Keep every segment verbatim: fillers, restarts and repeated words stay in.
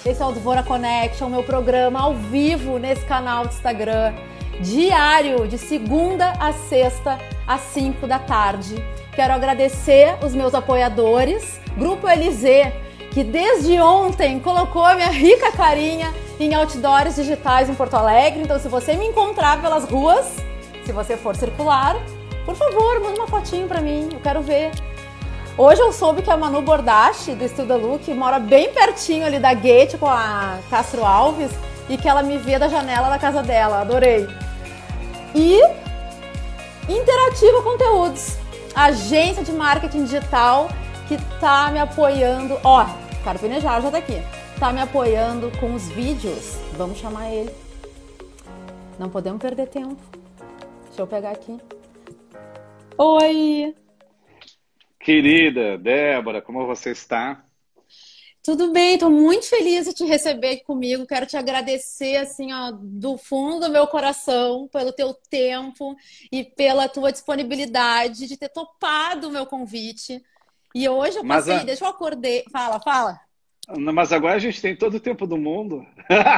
Esse é o Dvora Connection, meu programa ao vivo nesse canal do Instagram, diário, de segunda a sexta, às cinco da tarde. Quero agradecer os meus apoiadores, Grupo L Z, que desde ontem colocou a minha rica carinha em outdoors digitais em Porto Alegre. Então, se você me encontrar pelas ruas, se você for circular, por favor, manda uma fotinho pra mim, eu quero ver. Hoje eu soube que a Manu Bordache, do Estuda Look, mora bem pertinho ali da Gate com a Castro Alves e que ela me vê da janela da casa dela. Adorei. E Interativa Conteúdos, agência de marketing digital que tá me apoiando. Ó, o Carpinejar já tá aqui. Tá me apoiando com os vídeos. Vamos chamar ele. Não podemos perder tempo. Deixa eu pegar aqui. Oi! Querida Débora, como você está? Tudo bem, estou muito feliz de te receber aqui comigo. Quero te agradecer assim, ó, do fundo do meu coração pelo teu tempo e pela tua disponibilidade de ter topado o meu convite. E hoje eu Mas passei, a... deixa eu acordei. Fala, fala. Mas agora a gente tem todo o tempo do mundo.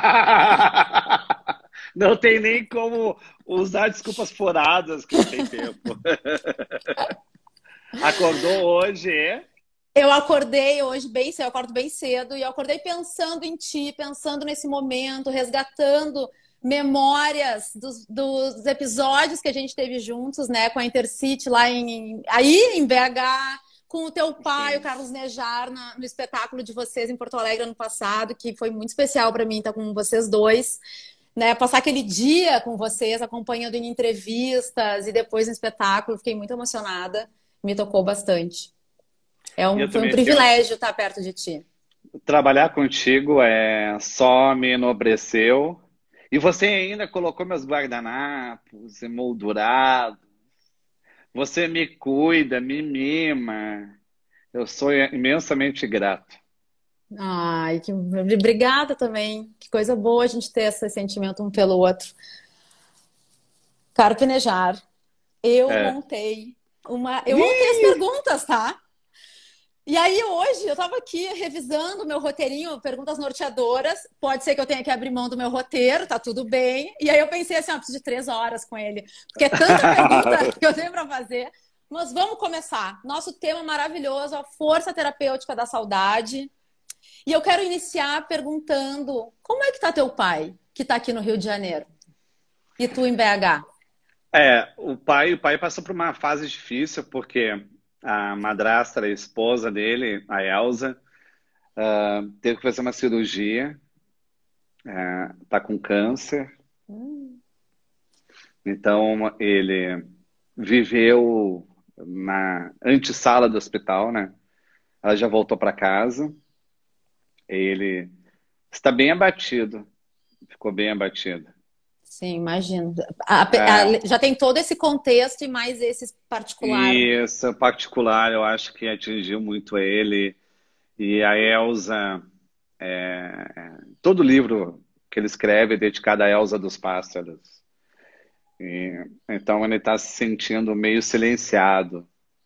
Não tem nem como usar desculpas furadas que não tem tempo. Acordou hoje, é? Eu acordei hoje bem cedo, eu acordo bem cedo e eu acordei pensando em ti, pensando nesse momento, resgatando memórias dos, dos episódios que a gente teve juntos, né, com a Intercity lá em, aí em B H, com o teu pai, Sim. o Carlos Nejar, na, no espetáculo de vocês em Porto Alegre ano passado, que foi muito especial para mim estar com vocês dois. Né, passar aquele dia com vocês, acompanhando em entrevistas e depois no espetáculo, fiquei muito emocionada, me tocou bastante. É um, foi um privilégio estar perto de ti. Trabalhar contigo é só me enobreceu. E você ainda colocou meus guardanapos emoldurados. Você me cuida, me mima. Eu sou imensamente grato. Ai, que obrigada também. Que coisa boa a gente ter esse sentimento um pelo outro. Carpinejar, eu É. montei uma. Eu montei as perguntas, tá? E aí hoje eu tava aqui revisando o meu roteirinho, perguntas norteadoras. Pode ser que eu tenha que abrir mão do meu roteiro, tá tudo bem. E aí eu pensei assim, ó, preciso de três horas com ele. Porque é tanta pergunta que eu tenho pra fazer. Mas vamos começar. Nosso tema maravilhoso, a força terapêutica da saudade. E eu quero iniciar perguntando, como é que tá teu pai, que tá aqui no Rio de Janeiro? E tu em B H? É, o pai, o pai passou por uma fase difícil, porque a madrasta, a esposa dele, a Elsa, uh, teve que fazer uma cirurgia, uh, tá com câncer. Hum. Então, ele viveu na antessala do hospital, né? Ela já voltou para casa. Ele está bem abatido, ficou bem abatido. Sim, imagino. A, a, É, a, já tem todo esse contexto e mais esse particular. isso, particular, eu acho que atingiu muito ele. E a Elsa, é, todo livro que ele escreve é dedicado à Elsa dos Pássaros. E, então ele está se sentindo meio silenciado.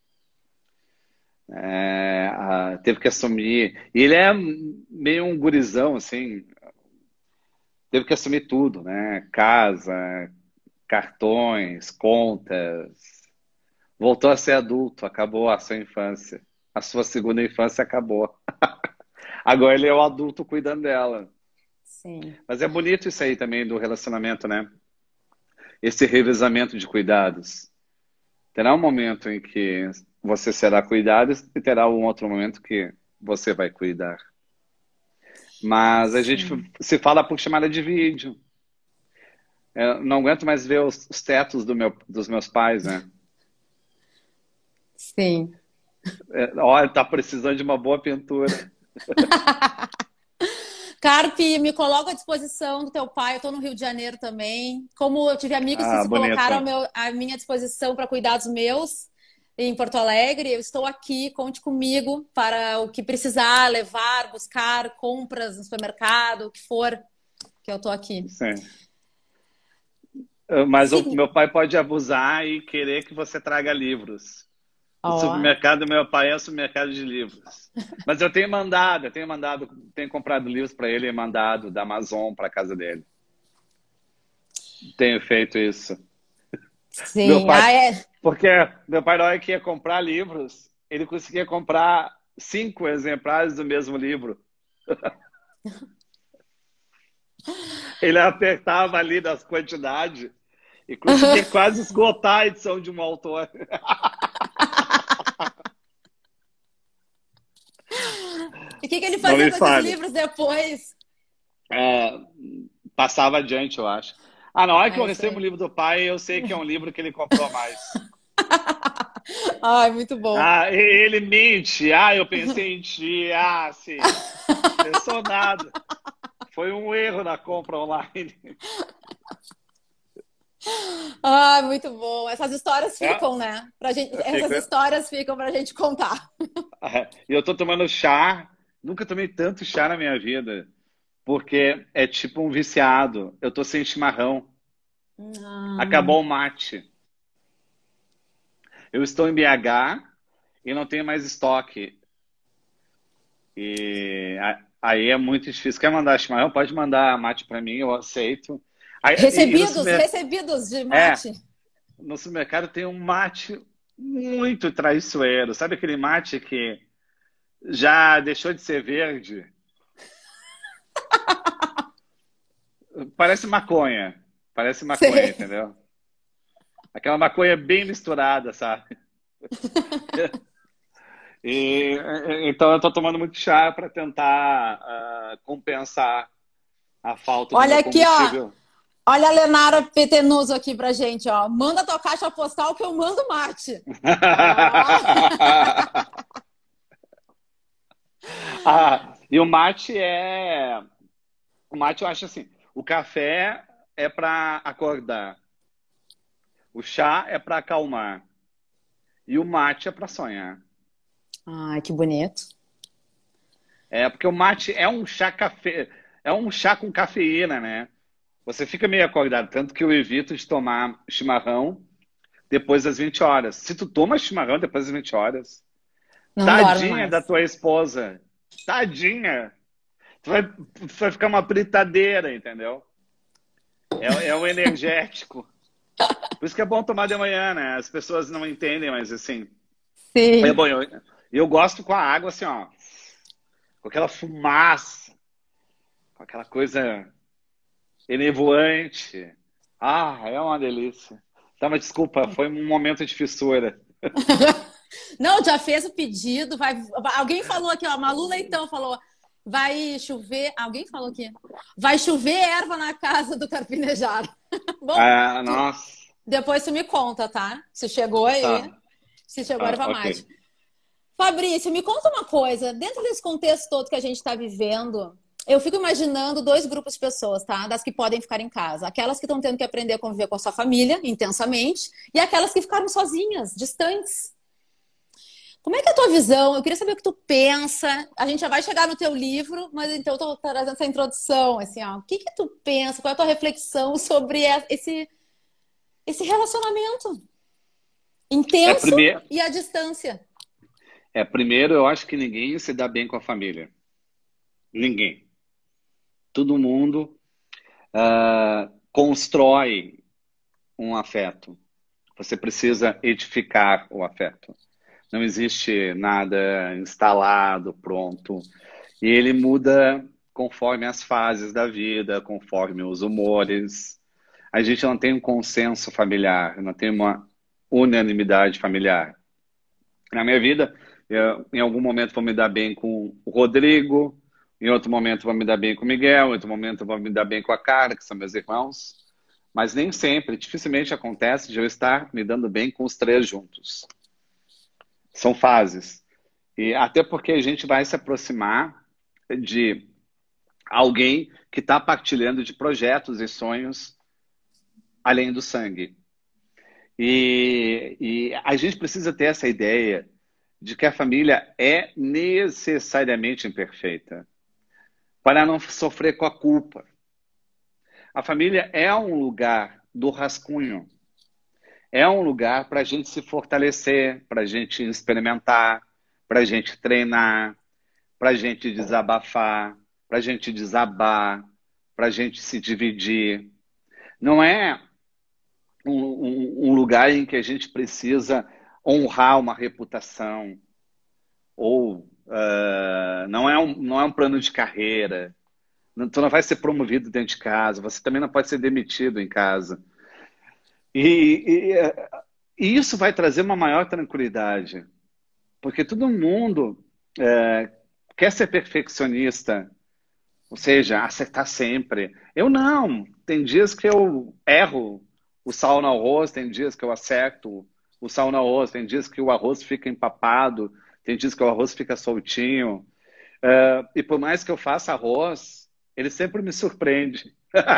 É, a- teve que assumir. E ele é meio um gurizão, assim, teve que assumir tudo, né? Casa, cartões, contas. Voltou a ser adulto, acabou a sua infância. A sua segunda infância acabou. Agora ele é o adulto cuidando dela. Sim. Mas é bonito isso aí também do relacionamento, né? Esse revezamento de cuidados. Terá um momento em que você será cuidado e terá um outro momento que você vai cuidar. Mas a gente Sim. se fala por chamada de vídeo. Eu não aguento mais ver os, os tetos do meu, dos meus pais, né? Sim. É, olha, tá precisando de uma boa pintura. Carpe, me coloco à disposição do teu pai. Eu estou no Rio de Janeiro também. Como eu tive amigos que Ah, se colocaram ao bonito. meu- à minha disposição para cuidar dos meus em Porto Alegre, eu estou aqui. Conte comigo para o que precisar, levar, buscar, compras no supermercado, o que for, que eu estou aqui. Sim. Mas o Sim. meu pai pode abusar e querer que você traga livros. O Ó. supermercado do meu pai é o supermercado de livros. Mas eu tenho mandado, eu tenho mandado, tenho comprado livros para ele e mandado da Amazon para casa dele. Tenho feito isso. Meu Sim, pai, ah, é. porque meu pai, na hora que ia comprar livros, ele conseguia comprar cinco exemplares do mesmo livro. Ele apertava ali nas quantidades e conseguia quase esgotar a edição de um autor. E o que, que ele Não fazia me com esses fale. livros depois? É, passava adiante, eu acho. Ah, na hora que É eu isso recebo o aí. livro do pai, eu sei que é um livro que ele comprou mais. Ai, muito bom. Ah, e- ele mente. Ah, eu pensei em ti. Ah, sim. Pensou nada. Foi um erro na compra online. Ai, muito bom. Essas histórias É, ficam, né? Pra gente, essas fica. histórias ficam pra gente contar. E eu tô tomando chá. Nunca tomei tanto chá na minha vida. Porque é tipo um viciado. Eu tô sem chimarrão. Ah, Acabou o mate. Eu estou em B H e não tenho mais estoque. E a- aí é muito difícil. Quer mandar chimarrão? Pode mandar mate para mim, eu aceito. Aí, e, e no recebidos, supermercado, recebidos de é, mate. no supermercado tem um mate muito traiçoeiro. Sabe aquele mate que já deixou de ser verde? Parece maconha. Parece maconha, Sei. entendeu? Aquela maconha bem misturada, sabe? E, e- então eu tô tomando muito chá para tentar ah, compensar a falta do Olha meu aqui, ó. combustível. Olha a Lenara Petenuso aqui pra gente, ó. Manda tua caixa postal que eu mando mate. Ó. Ah, e o mate é. O mate eu acho assim: o café é para acordar, o chá é para acalmar e o mate é para sonhar. Ai, que bonito. É porque o mate é um chá café, é um chá com cafeína, né? Você fica meio acordado, tanto que eu evito de tomar chimarrão depois das vinte horas. Se tu toma chimarrão depois das vinte horas, Não dorme tadinha da mais. tua esposa, tadinha, tu vai, tu vai ficar uma britadeira, entendeu? É, é um energético. Por isso que é bom tomar de manhã, né? As pessoas não entendem, mas assim. É Sim. bom, eu, eu gosto com a água assim, ó. Com aquela fumaça, com aquela coisa enevoante. Ah, é uma delícia. Tá, mas desculpa, foi um momento de fissura. Não, já fez o pedido, vai. Alguém falou aqui, ó, Malu Leitão falou, vai chover. Alguém falou aqui, vai chover erva na casa do carpinejar. Bom, Ah, tu- nossa. depois tu me conta, tá? Se chegou aí, Tá, se chegou tá, erva ok. mate. Fabrício, me conta uma coisa. Dentro desse contexto todo que a gente está vivendo, eu fico imaginando dois grupos de pessoas, tá? Das que podem ficar em casa. Aquelas que estão tendo que aprender a conviver com a sua família intensamente e aquelas que ficaram sozinhas, distantes. Como é que é a tua visão? Eu queria saber o que tu pensa. A gente já vai chegar no teu livro, mas então eu tô trazendo essa introdução, assim, ó. O que que tu pensa? Qual é a tua reflexão sobre esse, esse relacionamento É intenso primeiro, e à distância? é primeiro, eu acho que ninguém se dá bem com a família. Ninguém. Todo mundo ah, constrói um afeto. Você precisa edificar o afeto. Não existe nada instalado, pronto. E ele muda conforme as fases da vida, conforme os humores. A gente não tem um consenso familiar, não tem uma unanimidade familiar. Na minha vida, eu, em algum momento vou me dar bem com o Rodrigo, em outro momento vou me dar bem com o Miguel, em outro momento vou me dar bem com a Cara, que são meus irmãos. Mas nem sempre, dificilmente acontece de eu estar me dando bem com os três juntos. São fases. E até porque a gente vai se aproximar de alguém que está partilhando de projetos e sonhos além do sangue. E, e a gente precisa ter essa ideia de que a família é necessariamente imperfeita para não sofrer com a culpa. A família é um lugar do rascunho. É um lugar para a gente se fortalecer, para a gente experimentar, para a gente treinar, para a gente desabafar, para a gente desabar, para a gente se dividir. Não é um, um, um lugar em que a gente precisa honrar uma reputação, ou uh, não é um, não é um plano de carreira. Tu não vai ser promovido dentro de casa, você também não pode ser demitido em casa. E, e, e isso vai trazer uma maior tranquilidade, porque todo mundo é, quer ser perfeccionista, ou seja, acertar sempre. Eu não. Tem dias que eu erro o sal no arroz, tem dias que eu acerto o sal no arroz, tem dias que o arroz fica empapado, tem dias que o arroz fica soltinho. É, e por mais que eu faça arroz, ele sempre me surpreende.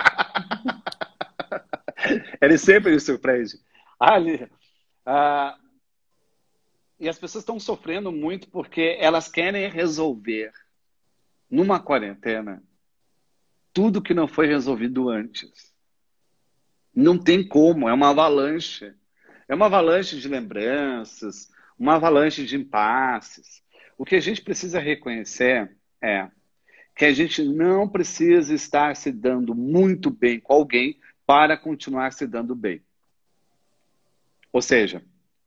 Ele sempre me surpreende. Ali, ah, e as pessoas estão sofrendo muito porque elas querem resolver, numa quarentena, tudo que não foi resolvido antes. Não tem como, é uma avalanche. É uma avalanche de lembranças, uma avalanche de impasses. O que a gente precisa reconhecer é que a gente não precisa estar se dando muito bem com alguém para continuar se dando bem. Ou seja,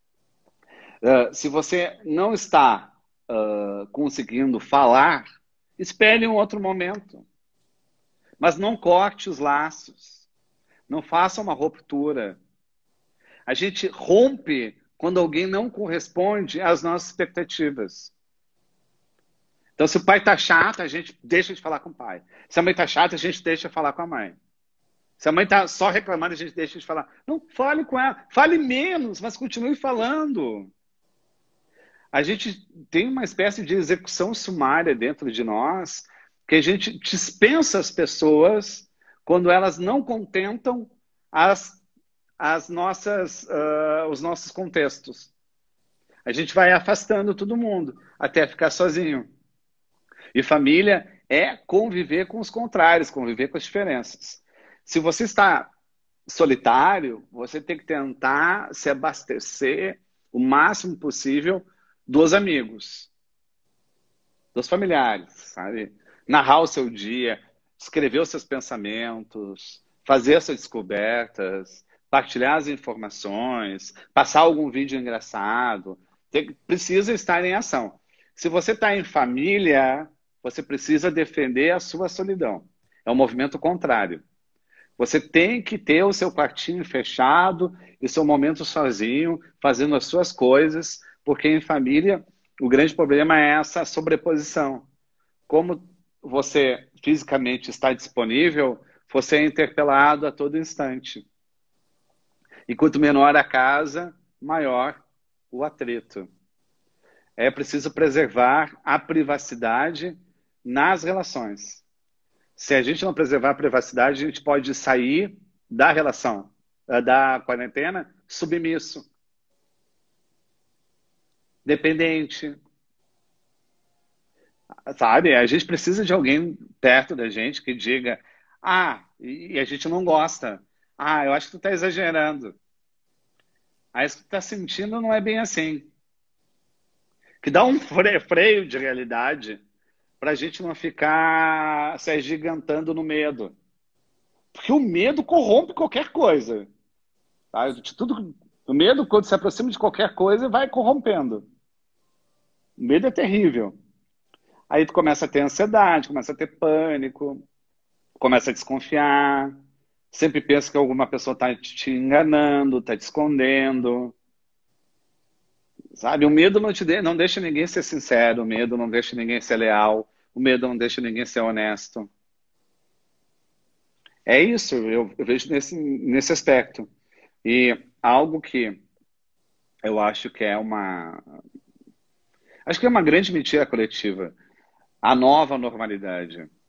uh, se você não está uh, conseguindo falar, espere um outro momento. Mas não corte os laços. Não faça uma ruptura. A gente rompe quando alguém não corresponde às nossas expectativas. Então, se o pai está chato, a gente deixa de falar com o pai. Se a mãe está chata, a gente deixa de falar com a mãe. Se a mãe está só reclamando, a gente deixa de falar. Não, fale com ela. Fale menos, mas continue falando. A gente tem uma espécie de execução sumária dentro de nós, que a gente dispensa as pessoas quando elas não contentam as, as nossas, uh, os nossos contextos. A gente vai afastando todo mundo, até ficar sozinho. E família é conviver com os contrários, conviver com as diferenças. Se você está solitário, você tem que tentar se abastecer o máximo possível dos amigos, dos familiares, sabe? Narrar o seu dia, escrever os seus pensamentos, fazer as suas descobertas, partilhar as informações, passar algum vídeo engraçado. Tem, precisa estar em ação. Se você está em família, você precisa defender a sua solidão. É um movimento contrário. Você tem que ter o seu quartinho fechado e seu momento sozinho, fazendo as suas coisas, porque em família o grande problema é essa sobreposição. Como você fisicamente está disponível, você é interpelado a todo instante. E quanto menor a casa, maior o atrito. É preciso preservar a privacidade nas relações. Se a gente não preservar a privacidade, a gente pode sair da relação, da quarentena, submisso, dependente. Sabe? A gente precisa de alguém perto da gente que diga: ah, e a gente não gosta. Ah, eu acho que tu tá exagerando. Ah, isso que tu tá sentindo não é bem assim. Que dá um freio de realidade para a gente não ficar se agigantando no medo. Porque o medo corrompe qualquer coisa. Tá? Tudo, o medo, quando se aproxima de qualquer coisa, vai corrompendo. O medo é terrível. Aí tu começa a ter ansiedade, começa a ter pânico, começa a desconfiar, sempre pensa que alguma pessoa está te enganando, está te escondendo. Sabe? O medo não, te de... não deixa ninguém ser sincero, o medo não deixa ninguém ser leal, o medo não deixa ninguém ser honesto. É isso, eu, eu vejo nesse, nesse aspecto. E algo que eu acho que é uma... Acho que é uma grande mentira coletiva. A nova normalidade. O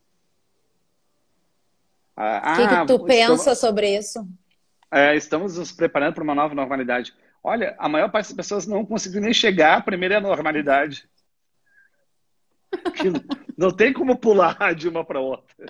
Ah, que, que tu estamos, pensa sobre isso? é, estamos nos preparando para uma nova normalidade. Olha, a maior parte das pessoas não conseguiu nem chegar à primeira normalidade. Que não tem como pular de uma para outra.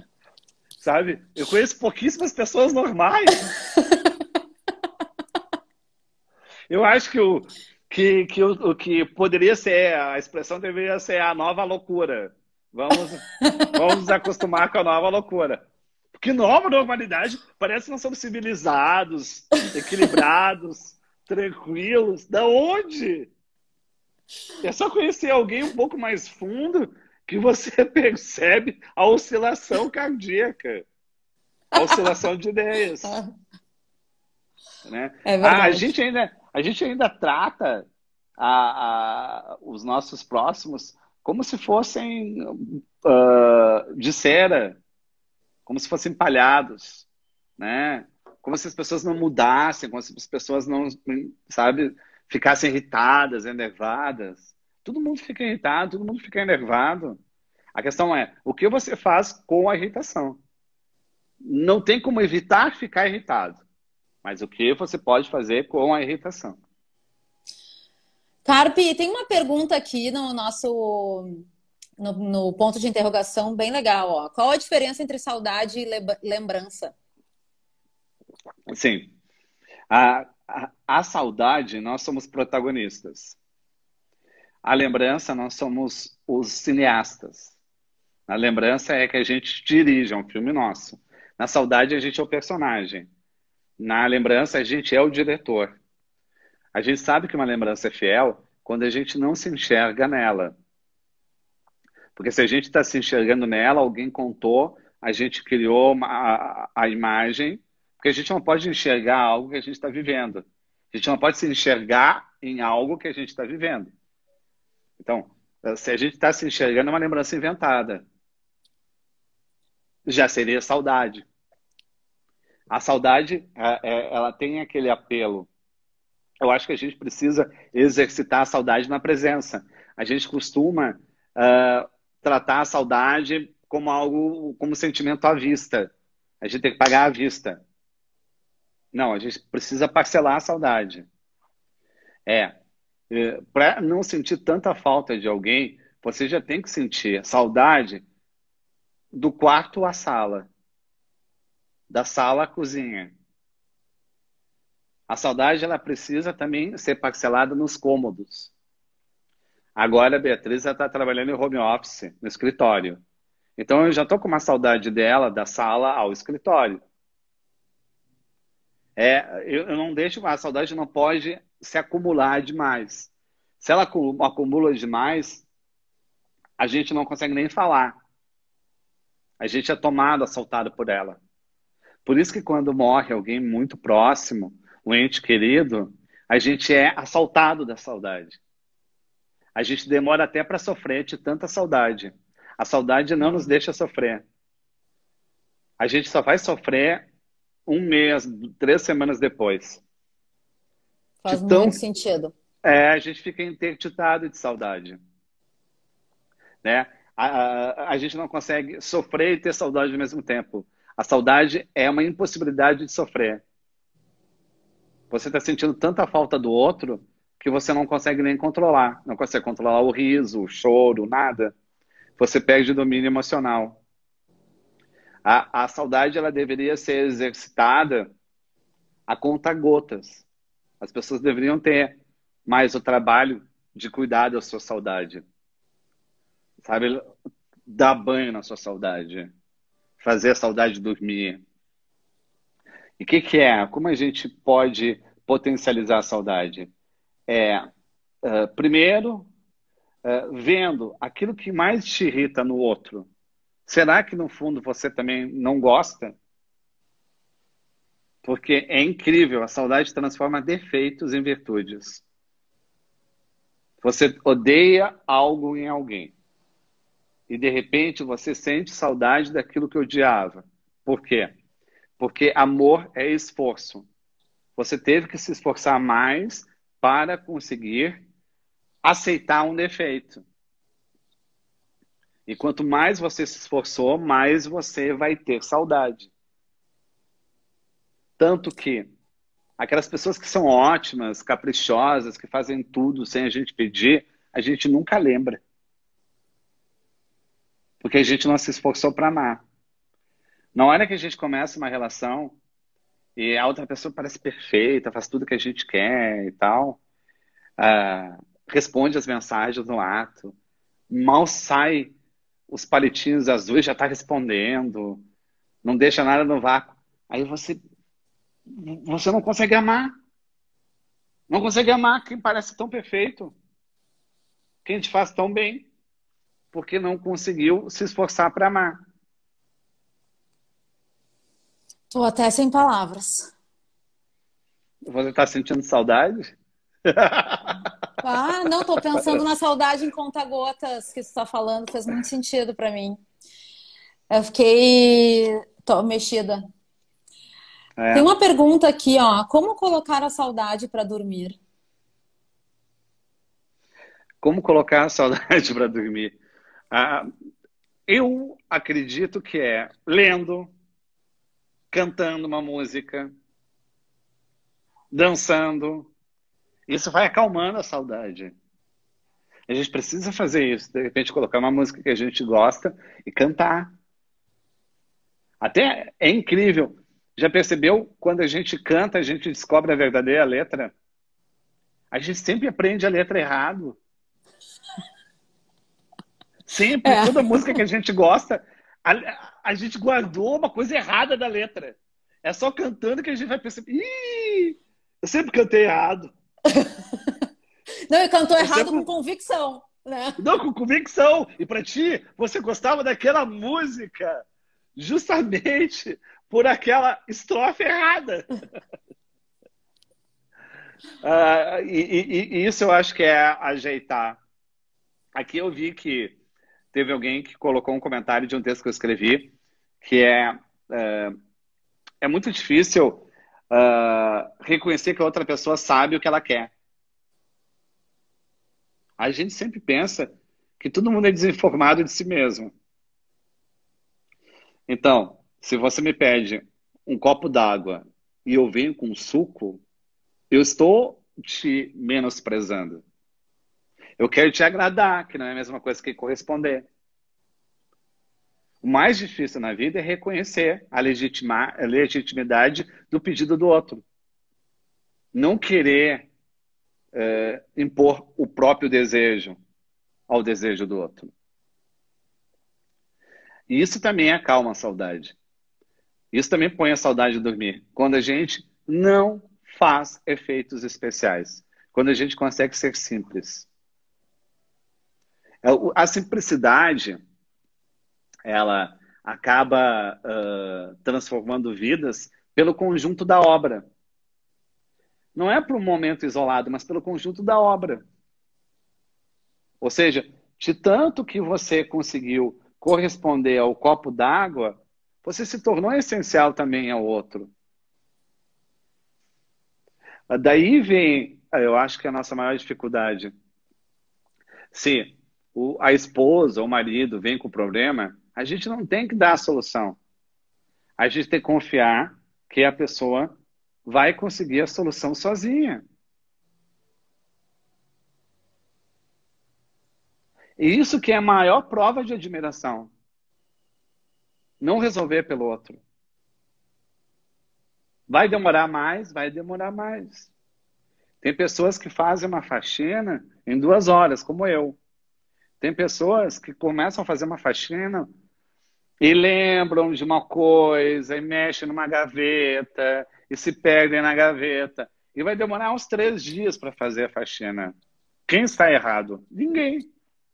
Sabe? Eu conheço pouquíssimas pessoas normais. Eu acho que o que, que, o, o que poderia ser, a expressão deveria ser a nova loucura. Vamos, vamos nos acostumar com a nova loucura. Porque nova normalidade parece que nós somos civilizados, equilibrados, tranquilos. Da onde? É só conhecer alguém um pouco mais fundo que você percebe a oscilação cardíaca, a oscilação de ideias, né? É Ah, a verdade. gente ainda, a gente ainda trata a, a- os nossos próximos como se fossem ah, de cera, como se fossem palhados, né? Como se as pessoas não mudassem, como se as pessoas não, sabe, ficassem irritadas, enervadas. Todo mundo fica irritado, todo mundo fica enervado. A questão é, o que você faz com a irritação? Não tem como evitar ficar irritado, mas o que você pode fazer com a irritação? Carpe, tem uma pergunta aqui no nosso no, no ponto de interrogação bem legal, ó. Qual a diferença entre saudade e leba- lembrança? Sim, a, a, a saudade, nós somos protagonistas. A lembrança, nós somos os cineastas. A lembrança é que a gente dirige, é um filme nosso. Na saudade, a gente é o personagem. Na lembrança, a gente é o diretor. A gente sabe que uma lembrança é fiel quando a gente não se enxerga nela. Porque se a gente está se enxergando nela, alguém contou, a gente criou uma, a, a imagem, porque a gente não pode enxergar algo que a gente está vivendo. A gente não pode se enxergar em algo que a gente está vivendo. Então, se a gente está se enxergando, é uma lembrança inventada. Já seria saudade. A saudade, é, é, ela tem aquele apelo. Eu acho que a gente precisa exercitar a saudade na presença. A gente costuma uh, tratar a saudade como algo, como sentimento à vista. A gente tem que pagar à vista. Não, a gente precisa parcelar a saudade. É, é para não sentir tanta falta de alguém, você já tem que sentir saudade do quarto à sala, da sala à cozinha. A saudade, ela precisa também ser parcelada nos cômodos. Agora a Beatriz está trabalhando em home office, no escritório. Então eu já estou com uma saudade dela, da sala ao escritório. É, eu, eu não deixo, a saudade não pode se acumular demais. Se ela acumula demais, a gente não consegue nem falar. A gente é tomado, assaltado por ela. Por isso que quando morre alguém muito próximo, um ente querido, a gente é assaltado da saudade. A gente demora até para sofrer de tanta saudade. A saudade não nos deixa sofrer. A gente só vai sofrer um mês, três semanas depois. De Faz tão, muito sentido. é, a gente fica interditado de saudade. Né? A, a, a gente não consegue sofrer e ter saudade ao mesmo tempo. A saudade é uma impossibilidade de sofrer. Você está sentindo tanta falta do outro que você não consegue nem controlar. Não consegue controlar o riso, o choro, nada. Você perde domínio emocional. A, a saudade, ela deveria ser exercitada a conta-gotas. As pessoas deveriam ter mais o trabalho de cuidar da sua saudade. Sabe? Dar banho na sua saudade. Fazer a saudade dormir. E o que, que é? Como a gente pode potencializar a saudade? É, uh, primeiro, uh, vendo aquilo que mais te irrita no outro. Será que, no fundo, você também não gosta? Porque é incrível, a saudade transforma defeitos em virtudes. Você odeia algo em alguém. E, de repente, você sente saudade daquilo que odiava. Por quê? Porque amor é esforço. Você teve que se esforçar mais para conseguir aceitar um defeito. E quanto mais você se esforçou, mais você vai ter saudade. Tanto que aquelas pessoas que são ótimas, caprichosas, que fazem tudo sem a gente pedir, a gente nunca lembra. Porque a gente não se esforçou para amar. Na hora que a gente começa uma relação e a outra pessoa parece perfeita, faz tudo que a gente quer e tal, ah, responde as mensagens no ato, mal sai os palitinhos azuis, já está respondendo, não deixa nada no vácuo. Aí você, você não consegue amar. Não consegue amar quem parece tão perfeito, quem te faz tão bem, porque não conseguiu se esforçar para amar. Tô até sem palavras. Você está sentindo saudade? Ah, não, tô pensando na saudade em conta-gotas que você está falando, fez muito sentido para mim. Eu fiquei tô mexida. Tem É. uma pergunta aqui, ó. Como colocar a saudade para dormir? Como colocar a saudade para dormir? Ah, eu acredito que é lendo, cantando uma música, dançando. Isso vai acalmando a saudade. A gente precisa fazer isso. De repente, colocar uma música que a gente gosta e cantar. Até é incrível. Já percebeu? Quando a gente canta, a gente descobre a verdadeira letra. A gente sempre aprende a letra errado. Sempre, É. toda música que a gente gosta, a, a gente guardou uma coisa errada da letra. É só cantando que a gente vai perceber. Ih, eu sempre cantei errado. Não, e cantou Eu errado sempre... com convicção, né? Não, com convicção. E para ti, você gostava daquela música justamente por aquela estrofe errada. Ah, e, e- e isso eu acho que é ajeitar. Aqui eu vi que teve alguém que colocou um comentário de um texto que eu escrevi, que é, é, é muito difícil ah, reconhecer que a outra pessoa sabe o que ela quer. A gente sempre pensa que todo mundo é desinformado de si mesmo. Então, se você me pede um copo d'água e eu venho com suco, eu estou te menosprezando. Eu quero te agradar, que não é a mesma coisa que corresponder. O mais difícil na vida é reconhecer a, legitima, a legitimidade do pedido do outro. Não querer é, impor o próprio desejo ao desejo do outro. E isso também acalma a saudade. Isso também põe a saudade de dormir. Quando a gente não faz efeitos especiais. Quando a gente consegue ser simples. A simplicidade, ela acaba uh, transformando vidas pelo conjunto da obra. Não é para um momento isolado, mas pelo conjunto da obra. Ou seja, de tanto que você conseguiu corresponder ao copo d'água, você se tornou essencial também ao outro. Daí vem, eu acho que é a nossa maior dificuldade. Se o, a esposa ou o marido vem com problema, a gente não tem que dar a solução. A gente tem que confiar que a pessoa vai conseguir a solução sozinha. E isso que é a maior prova de admiração. Não resolver pelo outro. Vai demorar mais? Vai demorar mais. Tem pessoas que fazem uma faxina em duas horas, como eu. Tem pessoas que começam a fazer uma faxina e lembram de uma coisa, e mexem numa gaveta, e se perdem na gaveta. E vai demorar uns três dias para fazer a faxina. Quem está errado? Ninguém.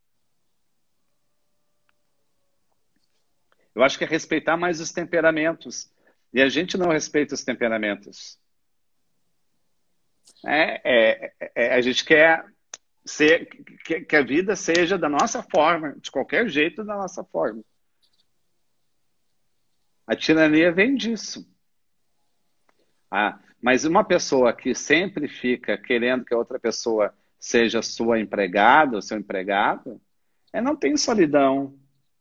Eu acho que é respeitar mais os temperamentos. E a gente não respeita os temperamentos. É, é, é, a gente quer ser, que, que a vida seja da nossa forma, de qualquer jeito da nossa forma. A tirania vem disso. Ah, mas uma pessoa que sempre fica querendo que a outra pessoa seja sua empregada ou seu empregado, é, não tem solidão.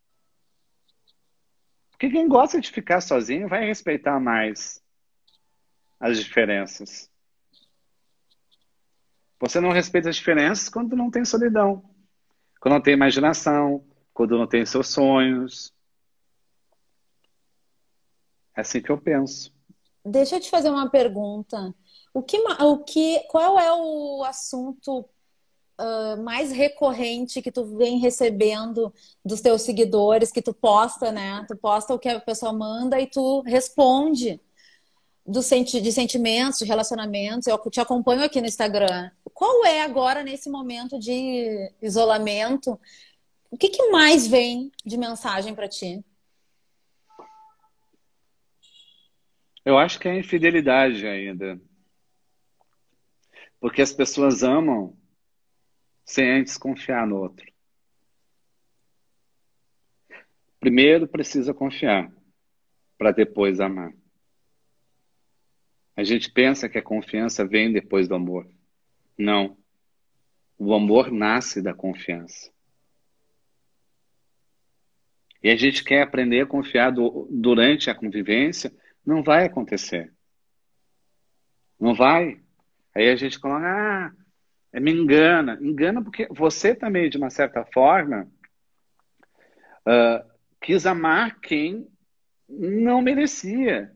Porque quem gosta de ficar sozinho vai respeitar mais as diferenças. Você não respeita as diferenças quando não tem solidão, quando não tem imaginação, quando não tem seus sonhos. É assim que eu penso. Deixa eu te fazer uma pergunta. O que, ma- o que, qual é o assunto ah, mais recorrente que tu vem recebendo dos teus seguidores, que tu posta, né? Tu posta o que a pessoa manda e tu responde do senti de sentimentos, de relacionamentos. Eu te acompanho aqui no Instagram. Qual é agora, nesse momento de isolamento, o que que mais vem de mensagem para ti? Eu acho que é infidelidade ainda, porque as pessoas amam sem antes confiar no outro. Primeiro precisa confiar, para depois amar. A gente pensa que a confiança vem depois do amor. Não. O amor nasce da confiança. E a gente quer aprender a confiar do- durante a convivência, não vai acontecer. Não vai. Aí a gente coloca, ah, me engana. Engana porque você também, de uma certa forma, quis amar quem não merecia.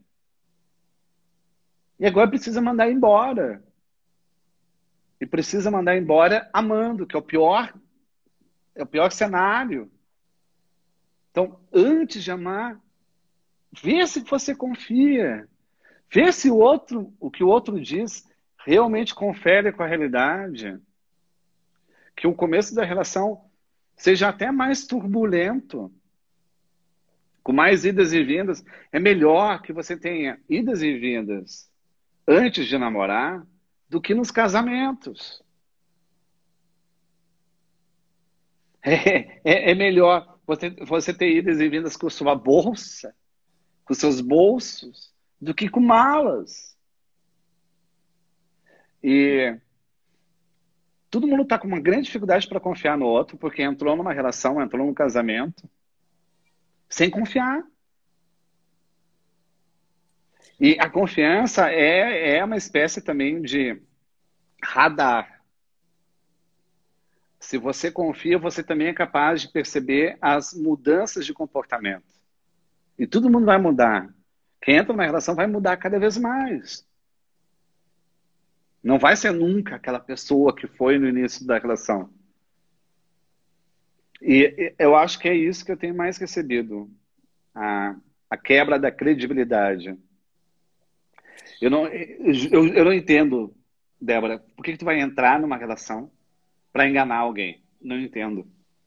E agora precisa mandar embora. E precisa mandar embora amando, que é o pior, é o pior cenário. Então, antes de amar, vê se você confia. Vê se o outro, o que o outro diz realmente confere com a realidade. Que o começo da relação seja até mais turbulento, com mais idas e vindas. É melhor que você tenha idas e vindas antes de namorar do que nos casamentos. É, é, é melhor você, você ter idas e vindas com sua bolsa, com seus bolsos, do que com malas. E todo mundo está com uma grande dificuldade para confiar no outro, porque entrou numa relação, entrou num casamento, sem confiar. E a confiança é, é uma espécie também de radar. Se você confia, você também é capaz de perceber as mudanças de comportamento. E todo mundo vai mudar. Quem entra numa relação vai mudar cada vez mais. Não vai ser nunca aquela pessoa que foi no início da relação. E eu acho que é isso que eu tenho mais recebido. A, a quebra da credibilidade. Eu não, eu, eu não entendo, Débora, por que que tu vai entrar numa relação para enganar alguém? Não entendo.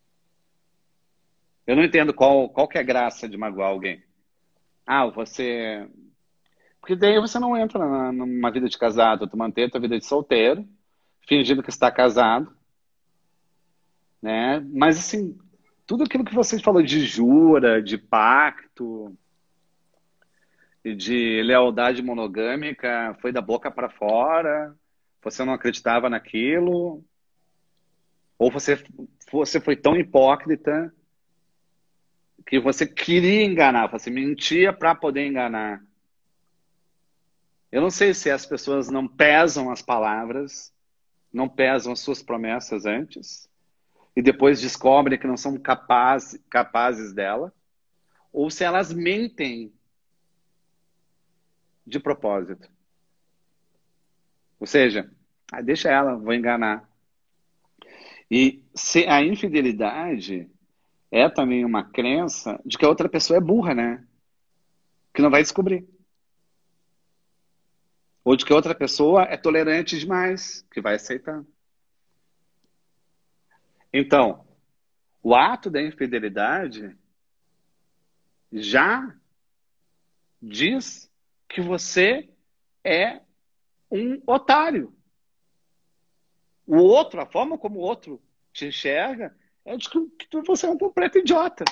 Eu não entendo qual, qual que é a graça de magoar alguém. Ah, você... Porque daí você não entra na- numa vida de casado, tu mantém a tua vida de solteiro, fingindo que está casado, né? Mas assim, tudo aquilo que você falou de jura, de pacto e de lealdade monogâmica foi da boca para fora. Você não acreditava naquilo, ou você, você foi tão hipócrita que você queria enganar, você mentia para poder enganar. Eu não sei se as pessoas não pesam as palavras, não pesam as suas promessas antes, e depois descobrem que não são capaz, capazes dela, ou se elas mentem de propósito. Ou seja, ah, deixa ela, vou enganar. E se a infidelidade é também uma crença de que a outra pessoa é burra, né? Que não vai descobrir. Ou de que a outra pessoa é tolerante demais, que vai aceitar. Então, o ato da infidelidade já diz que você é um otário. O outro, a forma como o outro te enxerga, é de que que você é um completo idiota.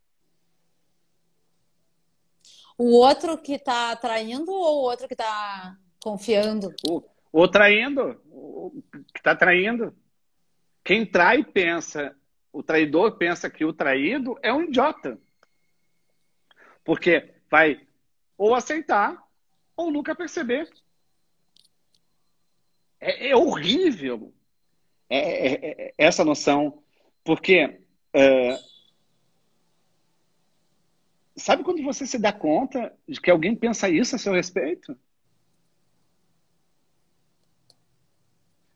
O outro que tá traindo ou o outro que tá confiando? O, o traindo, o que está traindo. Quem trai pensa, o traidor pensa que o traído é um idiota. Porque vai ou aceitar ou nunca perceber. É, é horrível é, é, é, essa noção. Porque é, sabe quando você se dá conta de que alguém pensa isso a seu respeito?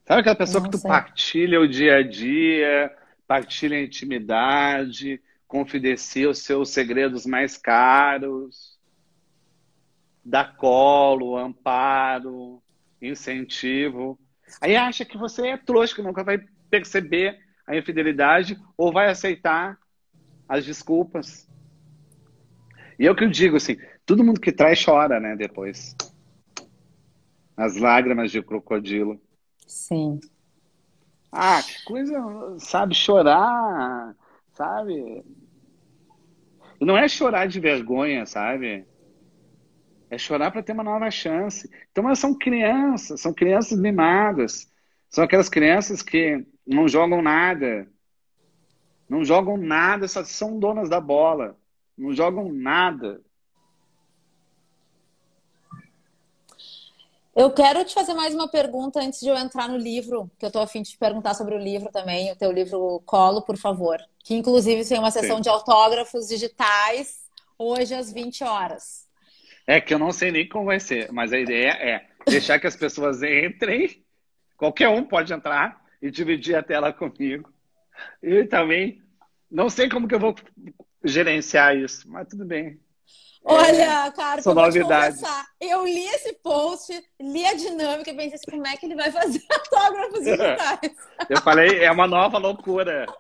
Sabe aquela pessoa que Não tu sei. partilha o dia a dia, partilha a intimidade, confidencia os seus segredos mais caros, dá colo, amparo, incentivo. Aí acha que você é trouxa, que nunca vai perceber a infidelidade ou vai aceitar as desculpas. E é o que eu digo, assim, todo mundo que trai chora, né, depois. As lágrimas de crocodilo. Sim. Ah, que coisa, sabe, chorar, sabe? E não é chorar de vergonha, sabe? É chorar para ter uma nova chance. Então, elas são crianças, são crianças mimadas. São aquelas crianças que não jogam nada. Não jogam nada, só são donas da bola. Não jogam nada. Eu quero te fazer mais uma pergunta antes de eu entrar no livro, que eu tô a fim de te perguntar sobre o livro também, o teu livro Colo, por favor. Que inclusive tem uma sessão Sim. de autógrafos digitais hoje às vinte horas. É que eu não sei nem como vai ser, mas a ideia é deixar que as pessoas entrem, qualquer um pode entrar e dividir a tela comigo. E também, não sei como que eu vou gerenciar isso, mas tudo bem. É, Olha, cara, que são eu vou te novidades. confessar. Eu li esse post, li a dinâmica e pensei assim, como é que ele vai fazer autógrafos digitais? Eu falei, é uma nova loucura.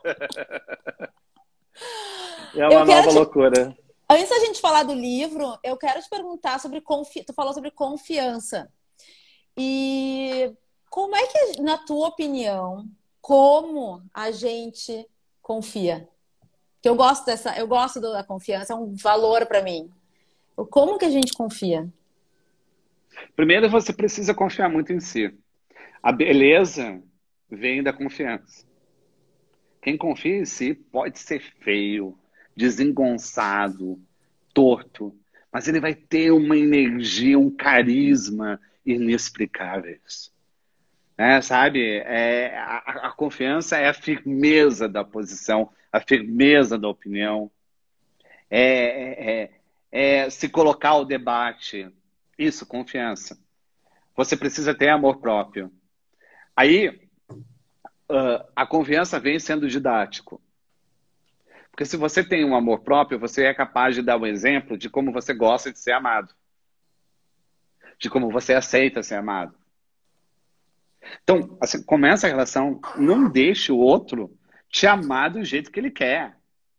É Eu uma quero nova te... loucura. Antes da gente falar do livro, eu quero te perguntar sobre confi... Tu falou sobre confiança. E como é que, na tua opinião, como a gente confia? Que eu gosto dessa, eu gosto da confiança, é um valor para mim. Como que a gente confia? Primeiro, você precisa confiar muito em si. A beleza vem da confiança. Quem confia em si pode ser feio, desengonçado, torto, mas ele vai ter uma energia, um carisma inexplicáveis. É, sabe? É, a, a confiança é a firmeza da posição, a firmeza da opinião, é, é, é é se colocar ao debate. Isso, confiança. Você precisa ter amor próprio. Aí, uh, a confiança vem sendo didático. Porque se você tem um amor próprio, você é capaz de dar um exemplo de como você gosta de ser amado. De como você aceita ser amado. Então, assim, começa a relação, não deixe o outro te amar do jeito que ele quer.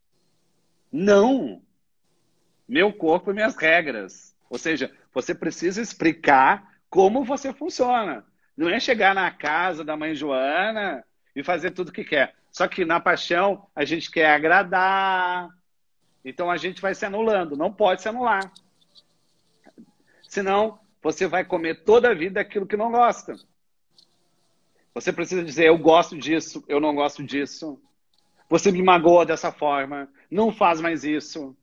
Não! Meu corpo e minhas regras. Ou seja, você precisa explicar como você funciona. Não é chegar na casa da mãe Joana e fazer tudo o que quer. Só que na paixão a gente quer agradar. Então a gente vai se anulando. Não pode se anular. Senão você vai comer toda a vida aquilo que não gosta. Você precisa dizer, eu gosto disso, eu não gosto disso. Você me magoa dessa forma. Não faz mais isso.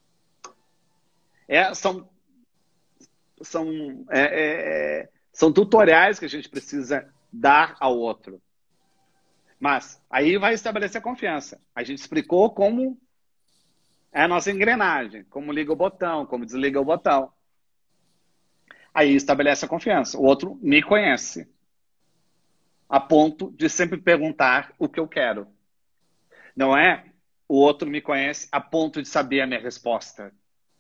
É, são são, é, é, são tutoriais que a gente precisa dar ao outro. Mas aí vai estabelecer a confiança. A gente explicou como é a nossa engrenagem, como liga o botão, como desliga o botão. Aí estabelece a confiança. O outro me conhece, a ponto de sempre perguntar o que eu quero. Não é o outro me conhece a ponto de saber a minha resposta.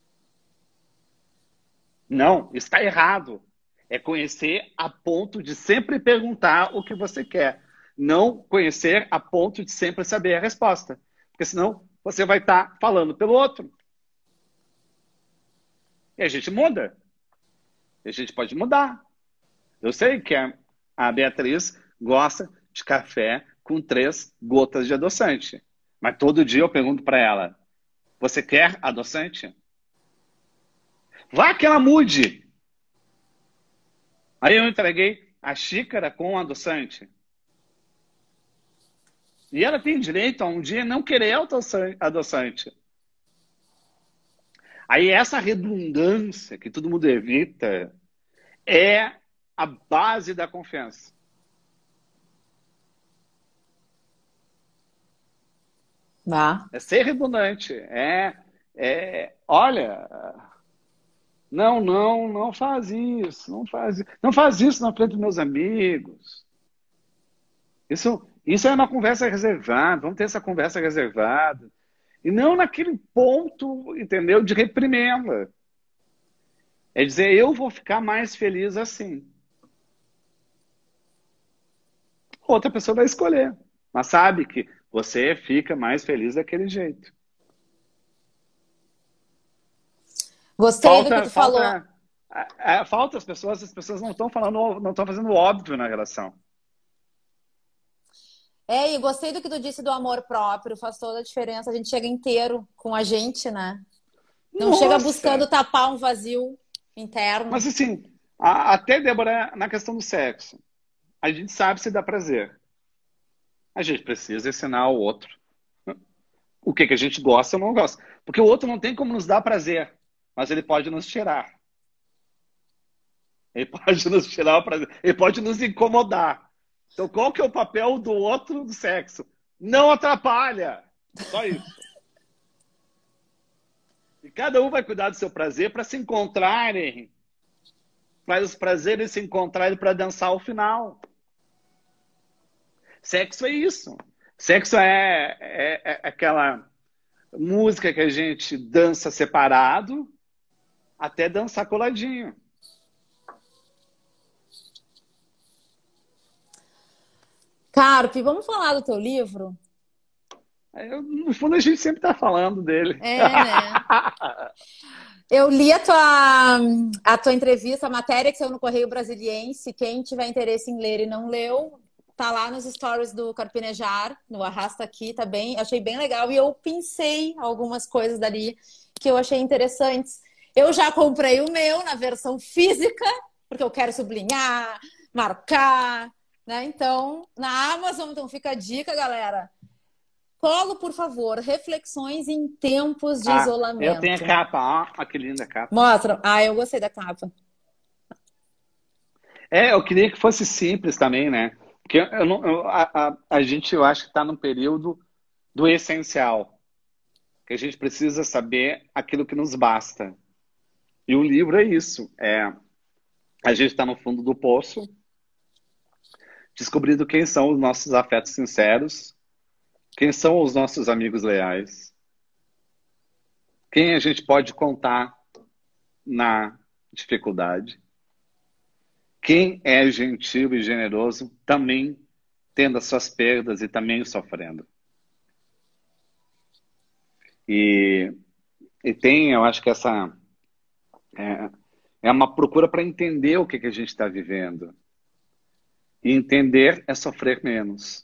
Não, está errado. É conhecer a ponto de sempre perguntar o que você quer. Não conhecer a ponto de sempre saber a resposta. Porque senão você vai estar falando pelo outro. E a gente muda. E a gente pode mudar. Eu sei que a Beatriz gosta de café com três gotas de adoçante. Mas todo dia eu pergunto para ela, você quer adoçante? Vá que ela mude. Aí eu entreguei a xícara com adoçante. E ela tem direito a um dia não querer adoçante. Aí essa redundância que todo mundo evita é a base da confiança. Ah. É ser redundante. É, é, olha, não, não, não faz isso, não faz isso, não faz isso na frente dos meus amigos. Isso, isso é uma conversa reservada, vamos ter essa conversa reservada. E não naquele ponto, entendeu, de reprimenda. É dizer, eu vou ficar mais feliz assim. Outra pessoa vai escolher. Mas sabe que você fica mais feliz daquele jeito. Gostei do que Falta, tu falou. falta, é, é, falta as pessoas, as pessoas não estão falando, não estão fazendo óbvio na relação. É, e gostei do que tu disse do amor próprio, faz toda a diferença. A gente chega inteiro com a gente, né? Não chega buscando Nossa! tapar um vazio interno. Mas assim, a- até, Débora, na questão do sexo, a gente sabe se dá prazer. A gente precisa ensinar o outro o que que a gente gosta ou não gosta. Porque o outro não tem como nos dar prazer, mas ele pode nos tirar. Ele pode nos tirar o prazer, ele pode nos incomodar. Então, qual que é o papel do outro do sexo? Não atrapalha. Só isso. E cada um vai cuidar do seu prazer para se encontrarem, para os prazeres se encontrarem para dançar ao final. Sexo é isso. Sexo é, é, é aquela música que a gente dança separado até dançar coladinho. Carpe, vamos falar do teu livro? Eu, no fundo, a gente sempre está falando dele. É, né? Eu li a tua, a tua entrevista, a matéria que saiu no Correio Brasiliense. Quem tiver interesse em ler e não leu, tá lá nos stories do Carpinejar, no Arrasta Aqui, tá bem? Achei bem legal e eu pensei algumas coisas dali que eu achei interessantes. Eu já comprei o meu na versão física, porque eu quero sublinhar, marcar, né? Então, na Amazon, então fica a dica, galera. Colo, por favor, reflexões em tempos de Ah, isolamento. eu tenho a capa, ó, que linda capa. Mostra. Ah, eu gostei da capa. É, eu queria que fosse simples também, né? Porque eu não, eu- a, a, a gente, eu acho que está no período do essencial, que a gente precisa saber aquilo que nos basta. E o livro é isso. É, a gente está no fundo do poço, descobrindo quem são os nossos afetos sinceros, quem são os nossos amigos leais, quem a gente pode contar na dificuldade, quem é gentil e generoso também tendo as suas perdas e também sofrendo. E, e tem, eu acho que essa é, é uma procura para entender o que, que a gente está vivendo. E entender é sofrer menos.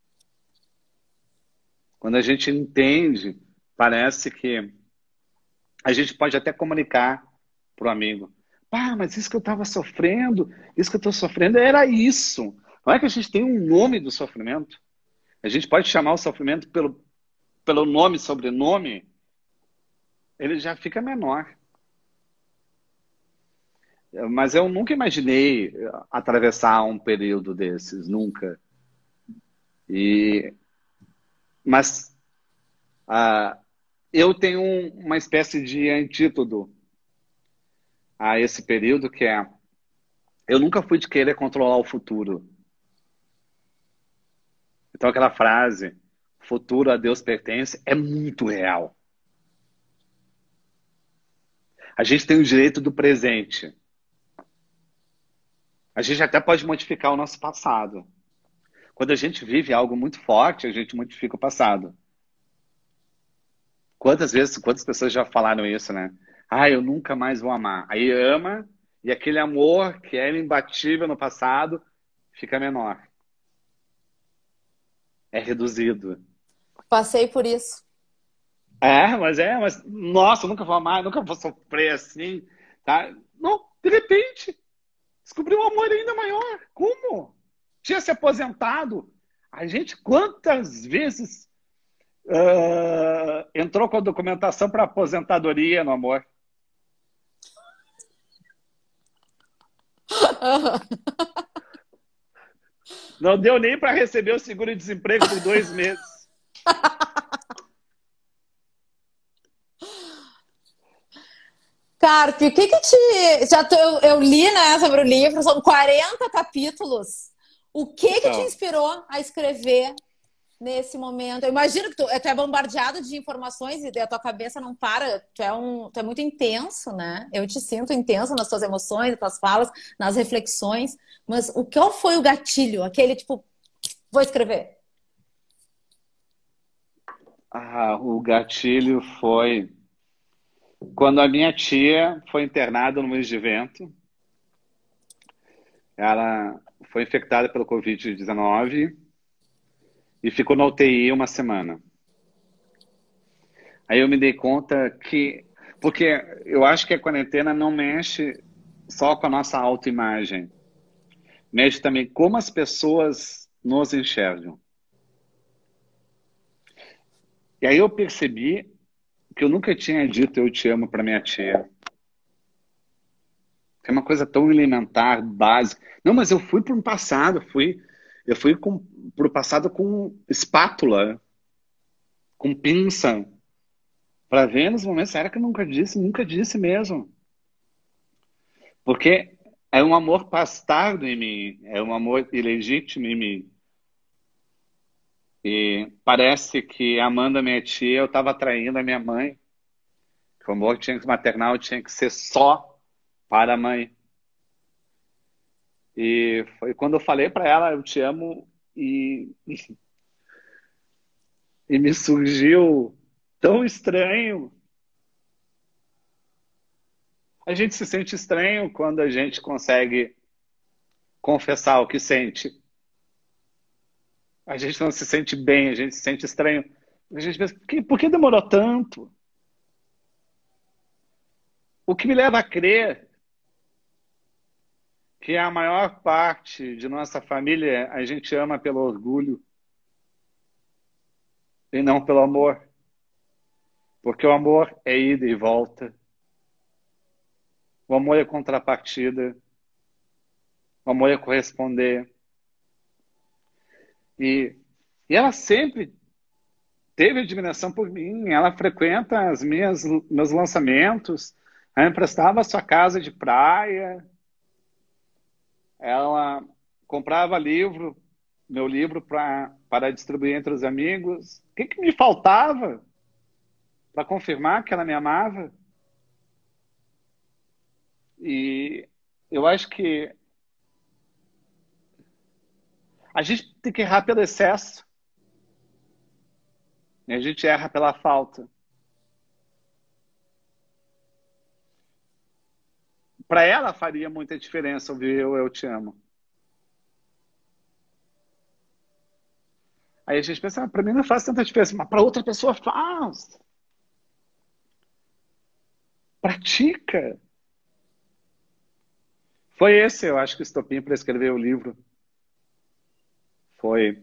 Quando a gente entende, parece que a gente pode até comunicar para o amigo. Ah, mas isso que eu estava sofrendo, isso que eu estou sofrendo, era isso. Não é que a gente tem um nome do sofrimento. A gente pode chamar o sofrimento pelo, pelo nome, sobrenome, ele já fica menor. Mas eu nunca imaginei atravessar um período desses, nunca. E, mas ah, eu tenho um- uma espécie de antídoto a esse período, que é, eu nunca fui de querer controlar o futuro. Então aquela frase, futuro a Deus pertence, é muito real. A gente tem o direito do presente. A gente até pode modificar o nosso passado. Quando a gente vive algo muito forte, a gente modifica o passado. Quantas vezes, quantas pessoas já falaram isso, né? Ah, eu nunca mais vou amar. Aí ama, e aquele amor que era imbatível no passado fica menor. É reduzido. Passei por isso. É, mas é, mas nossa, eu nunca vou amar, eu nunca vou sofrer assim, tá? Não, de repente, descobriu um amor ainda maior. Como? Tinha se aposentado. A gente, quantas vezes ah, entrou com a documentação para aposentadoria no amor? Não deu nem para receber o seguro-desemprego por dois meses. Carpe, o que que te... Já tô, eu, eu li, né, sobre o livro, são quarenta capítulos. O que que te Então, inspirou a escrever nesse momento? Eu imagino que tu, tu é bombardeado de informações e a tua cabeça não para. Tu é, um, tu é muito intenso, né? Eu te sinto intenso nas tuas emoções, nas tuas falas, nas reflexões. Mas o qual foi o gatilho? Aquele tipo, vou escrever. ah, o gatilho foi quando a minha tia foi internada no mês de vento. Ela foi infectada pelo covid dezenove e ficou na U T I uma semana. Aí eu me dei conta que... Porque eu acho que a quarentena não mexe só com a nossa autoimagem. Mexe também como as pessoas nos enxergam. E aí eu percebi que eu nunca tinha dito eu te amo para minha tia. É uma coisa tão elementar, básica. Não, mas eu fui para o passado, fui, eu fui para o passado com espátula, com pinça, para ver nos momentos. Será que eu nunca disse? Nunca disse mesmo. Porque é um amor bastardo em mim, é um amor ilegítimo em mim. E parece que amando a minha tia, eu estava traindo a minha mãe. Que o amor tinha que maternal tinha que ser só para a mãe. E foi quando eu falei para ela, eu te amo, e, e me surgiu tão estranho. A gente se sente estranho quando a gente consegue confessar o que sente. A gente não se sente bem, a gente se sente estranho. A gente pensa, por que, por que demorou tanto? O que me leva a crer que a maior parte de nossa família a gente ama pelo orgulho e não pelo amor. Porque o amor é ida e volta. O amor é contrapartida. O amor é corresponder. E, e ela sempre teve admiração por mim. Ela frequenta as minhas, meus lançamentos. Ela emprestava a sua casa de praia. Ela comprava livro, meu livro pra, para distribuir entre os amigos. O que, que me faltava para confirmar que ela me amava? E eu acho que a gente tem que errar pelo excesso. E a gente erra pela falta. Para ela faria muita diferença ouvir eu, eu te amo. Aí a gente pensa, ah, para mim não faz tanta diferença, mas para outra pessoa faz. Pratica. Foi esse, eu acho, que o estopim para escrever o livro. Foi,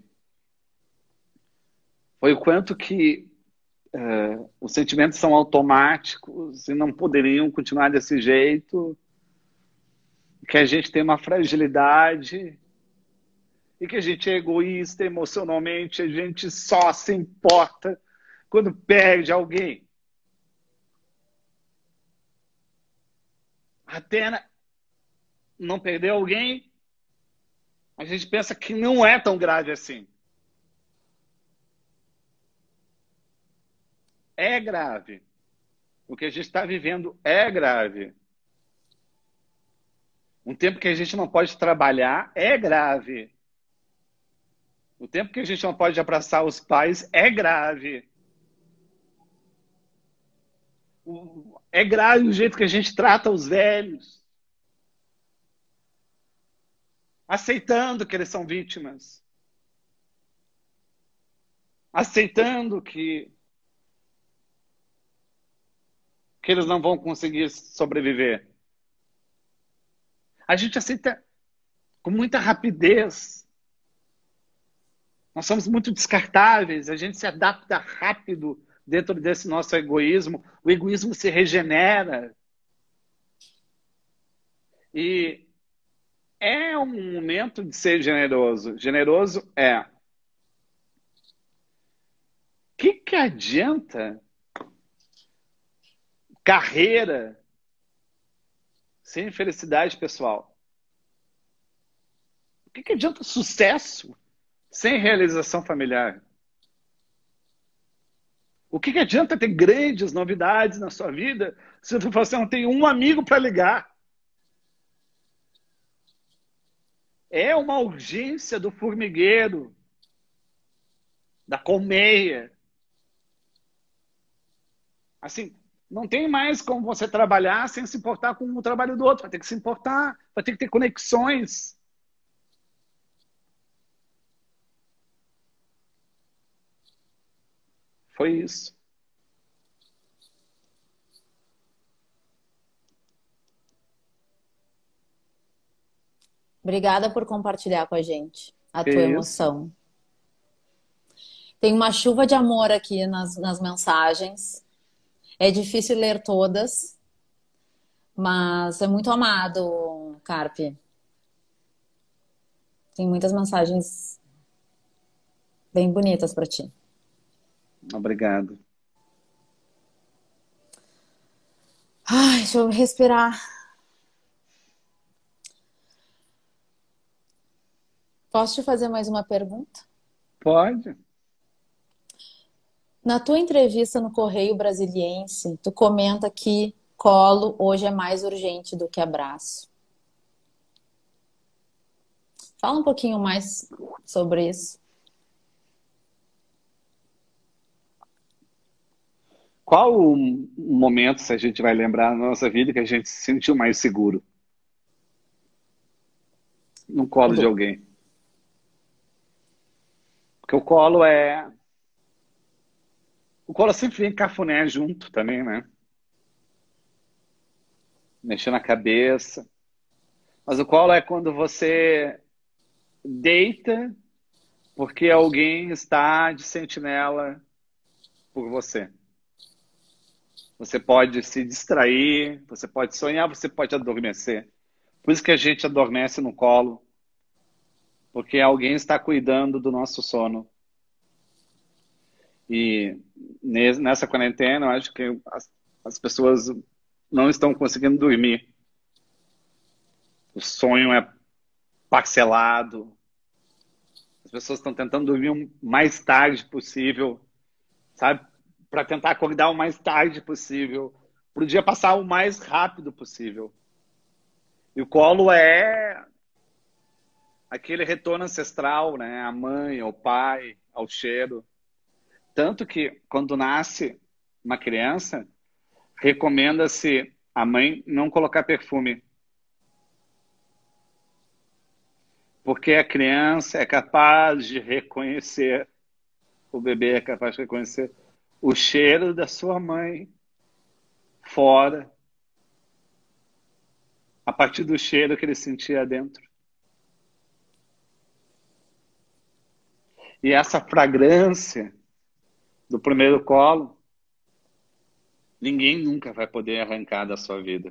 foi o quanto que uh, os sentimentos são automáticos e não poderiam continuar desse jeito, que a gente tem uma fragilidade e que a gente é egoísta emocionalmente, a gente só se importa quando perde alguém. Até não perder alguém, a gente pensa que não é tão grave assim. É grave. O que a gente está vivendo é grave. Um tempo que a gente não pode trabalhar é grave. O tempo que a gente não pode abraçar os pais é grave. É grave o jeito que a gente trata os velhos. Aceitando que eles são vítimas. Aceitando que, que eles não vão conseguir sobreviver. A gente aceita com muita rapidez. Nós somos muito descartáveis, a gente se adapta rápido dentro desse nosso egoísmo. O egoísmo se regenera. E é um momento de ser generoso. Generoso é... O que, que adianta carreira sem felicidade pessoal? que, que adianta sucesso sem realização familiar? O que, que adianta ter grandes novidades na sua vida se você não tem um amigo para ligar? É uma urgência do formigueiro, da colmeia. Assim, não tem mais como você trabalhar sem se importar com o trabalho do outro. Vai ter que se importar, vai ter que ter conexões. Foi isso. Obrigada por compartilhar com a gente a Que tua isso. emoção. Tem uma chuva de amor aqui nas, nas mensagens. É difícil ler todas, mas é muito amado, Carpe. Tem muitas mensagens bem bonitas para ti. Obrigado. Ai, deixa eu respirar. Posso te fazer mais uma pergunta? Pode. Na tua entrevista no Correio Brasiliense, tu comenta que colo hoje é mais urgente do que abraço. Fala um pouquinho mais sobre isso. Qual o momento, se a gente vai lembrar na nossa vida, que a gente se sentiu mais seguro? No colo de Tudo. alguém. Porque o colo é... O colo sempre vem cafuné junto também, né? Mexendo a cabeça. Mas o colo é quando você deita porque alguém está de sentinela por você. Você pode se distrair, você pode sonhar, você pode adormecer. Por isso que a gente adormece no colo, porque alguém está cuidando do nosso sono. E nessa quarentena, eu acho que as, as pessoas não estão conseguindo dormir. O sonho é parcelado. As pessoas estão tentando dormir o mais tarde possível, sabe? Para tentar acordar o mais tarde possível, para o dia passar o mais rápido possível. E o colo é aquele retorno ancestral, né? A mãe, ao pai, ao cheiro. Tanto que, quando nasce uma criança, recomenda-se a mãe não colocar perfume. Porque a criança é capaz de reconhecer, o bebê é capaz de reconhecer o cheiro da sua mãe fora, a partir do cheiro que ele sentia dentro. E essa fragrância do primeiro colo, ninguém nunca vai poder arrancar da sua vida.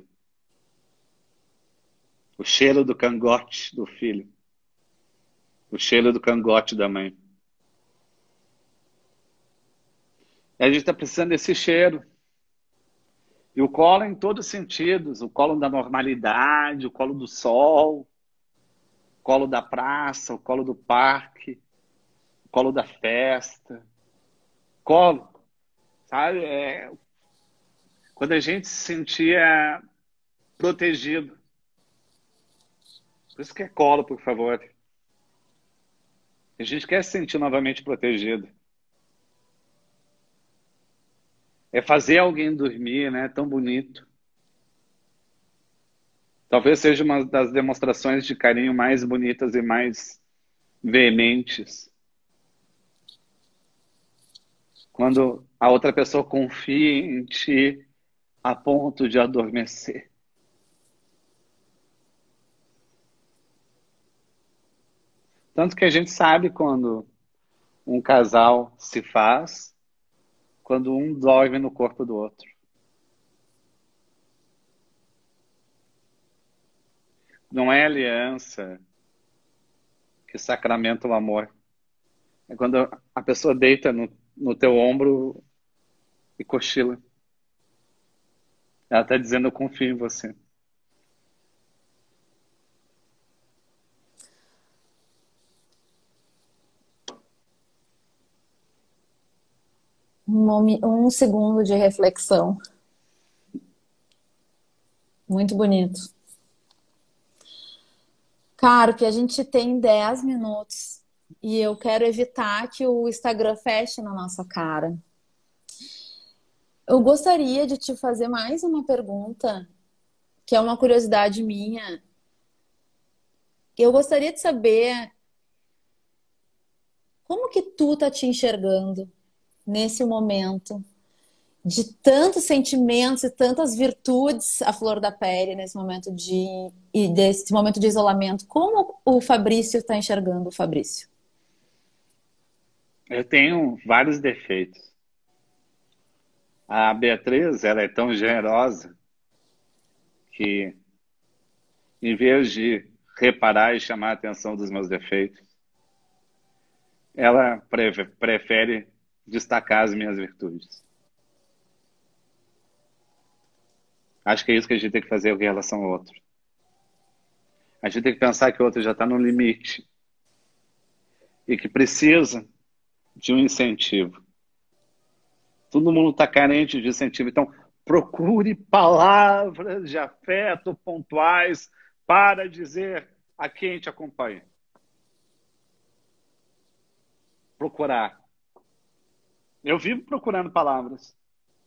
O cheiro do cangote do filho. O cheiro do cangote da mãe. E a gente está precisando desse cheiro. E o colo em todos os sentidos. O colo da normalidade, o colo do sol, o colo da praça, o colo do parque, o colo da festa. Colo, sabe? É... Quando a gente se sentia protegido. Por isso que é colo, por favor. A gente quer se sentir novamente protegido. É fazer alguém dormir, né? Tão bonito. Talvez seja uma das demonstrações de carinho mais bonitas e mais veementes. Quando a outra pessoa confia em ti a ponto de adormecer. Tanto que a gente sabe quando um casal se faz, quando um dorme no corpo do outro. Não é aliança que sacramenta o amor. É quando a pessoa deita no, no teu ombro e cochila. Ela está dizendo, eu confio em você. momi- um segundo de reflexão. Muito bonito. Claro que a gente tem dez minutos e eu quero evitar que o Instagram feche na nossa cara. Eu gostaria de te fazer mais uma pergunta, que é uma curiosidade minha. Eu gostaria de saber como que tu tá te enxergando nesse momento de tantos sentimentos e tantas virtudes à flor da pele nesse momento de e desse momento de isolamento. Como o Fabrício está enxergando o Fabrício? Eu tenho vários defeitos. A Beatriz, ela é tão generosa que, em vez de reparar e chamar a atenção dos meus defeitos, ela pre- prefere destacar as minhas virtudes. Acho que é isso que a gente tem que fazer em relação ao outro. A gente tem que pensar que o outro já está no limite e que precisa de um incentivo. Todo mundo está carente de incentivo. Então, procure palavras de afeto pontuais para dizer a quem te acompanha. Procurar. Eu vivo procurando palavras.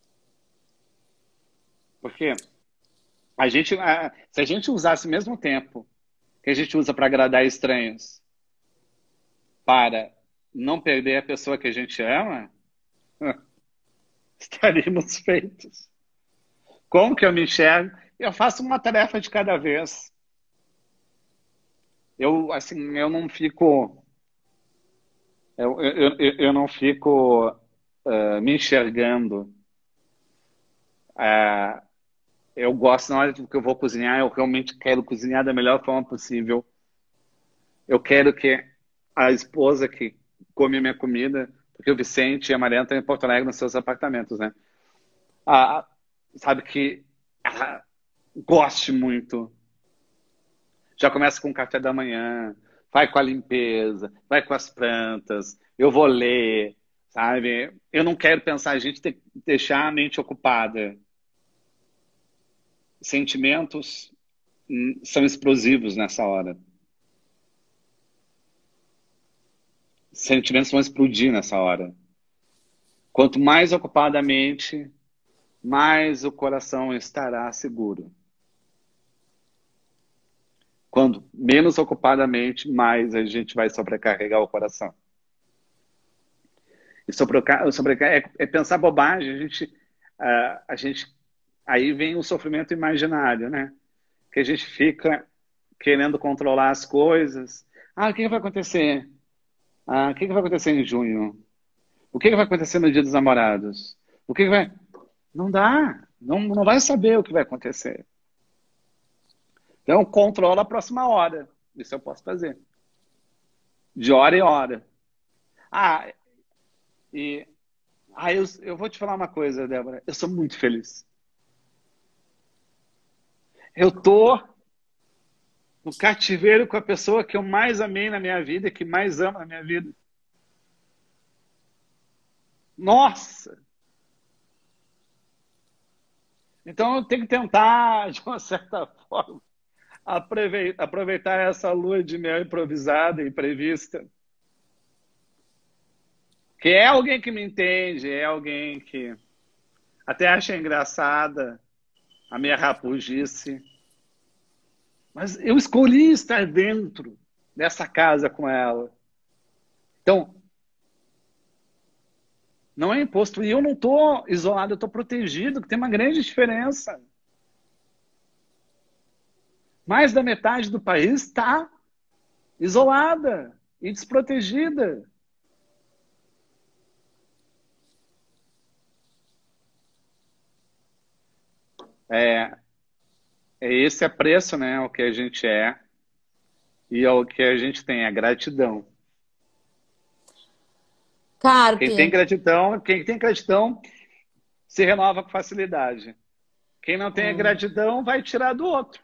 Porque a gente, a- se a gente usasse o mesmo tempo que a gente usa para agradar estranhos, para não perder a pessoa que a gente ama, estaríamos feitos. Como que eu me enxergo? Eu faço uma tarefa de cada vez. Eu, assim, eu não fico, eu, eu, eu, eu não fico ah, me enxergando. Ah, eu gosto, na hora que eu vou cozinhar, eu realmente quero cozinhar da melhor forma possível. Eu quero que a esposa que come a minha comida, porque o Vicente e a Mariana estão em Porto Alegre nos seus apartamentos, né? Ah, sabe que ah, goste muito. Já começa com o café da manhã, vai com a limpeza, vai com as plantas, eu vou ler, sabe? Eu não quero pensar, a gente tem que deixar a mente ocupada. Sentimentos hum, são explosivos nessa hora. Sentimentos vão explodir nessa hora. Quanto mais ocupada a mente, mais o coração estará seguro. Quando menos ocupada a mente, mais a gente vai sobrecarregar o coração. E sobrecar sobrecar é, é pensar bobagem. A gente, ah, a gente, aí vem o sofrimento imaginário, né? Que a gente fica querendo controlar as coisas. Ah, o que que vai acontecer? Ah, o que que vai acontecer em junho? O que que vai acontecer no Dia dos Namorados? O que que vai... Não dá. Não, não vai saber o que vai acontecer. Então, controla a próxima hora. Isso eu posso fazer. De hora em hora. Ah, e... Ah, eu, eu vou te falar uma coisa, Débora. Eu sou muito feliz. Eu tô no cativeiro com a pessoa que eu mais amei na minha vida, que mais amo na minha vida. Nossa! Então eu tenho que tentar, de uma certa forma, aprove- aproveitar essa lua de mel improvisada, imprevista. Que é alguém que me entende, é alguém que até acha engraçada a minha rapugice. Mas eu escolhi estar dentro dessa casa com ela. Então, não é imposto. E eu não estou isolado, eu estou protegido, que tem uma grande diferença. Mais da metade do país está isolada e desprotegida. É, é esse apreço, né, ao que a gente é e ao que a gente tem, a gratidão. Quem tem Carpe, gratidão, quem tem gratidão se renova com facilidade. Quem não tem a hum, gratidão vai tirar do outro.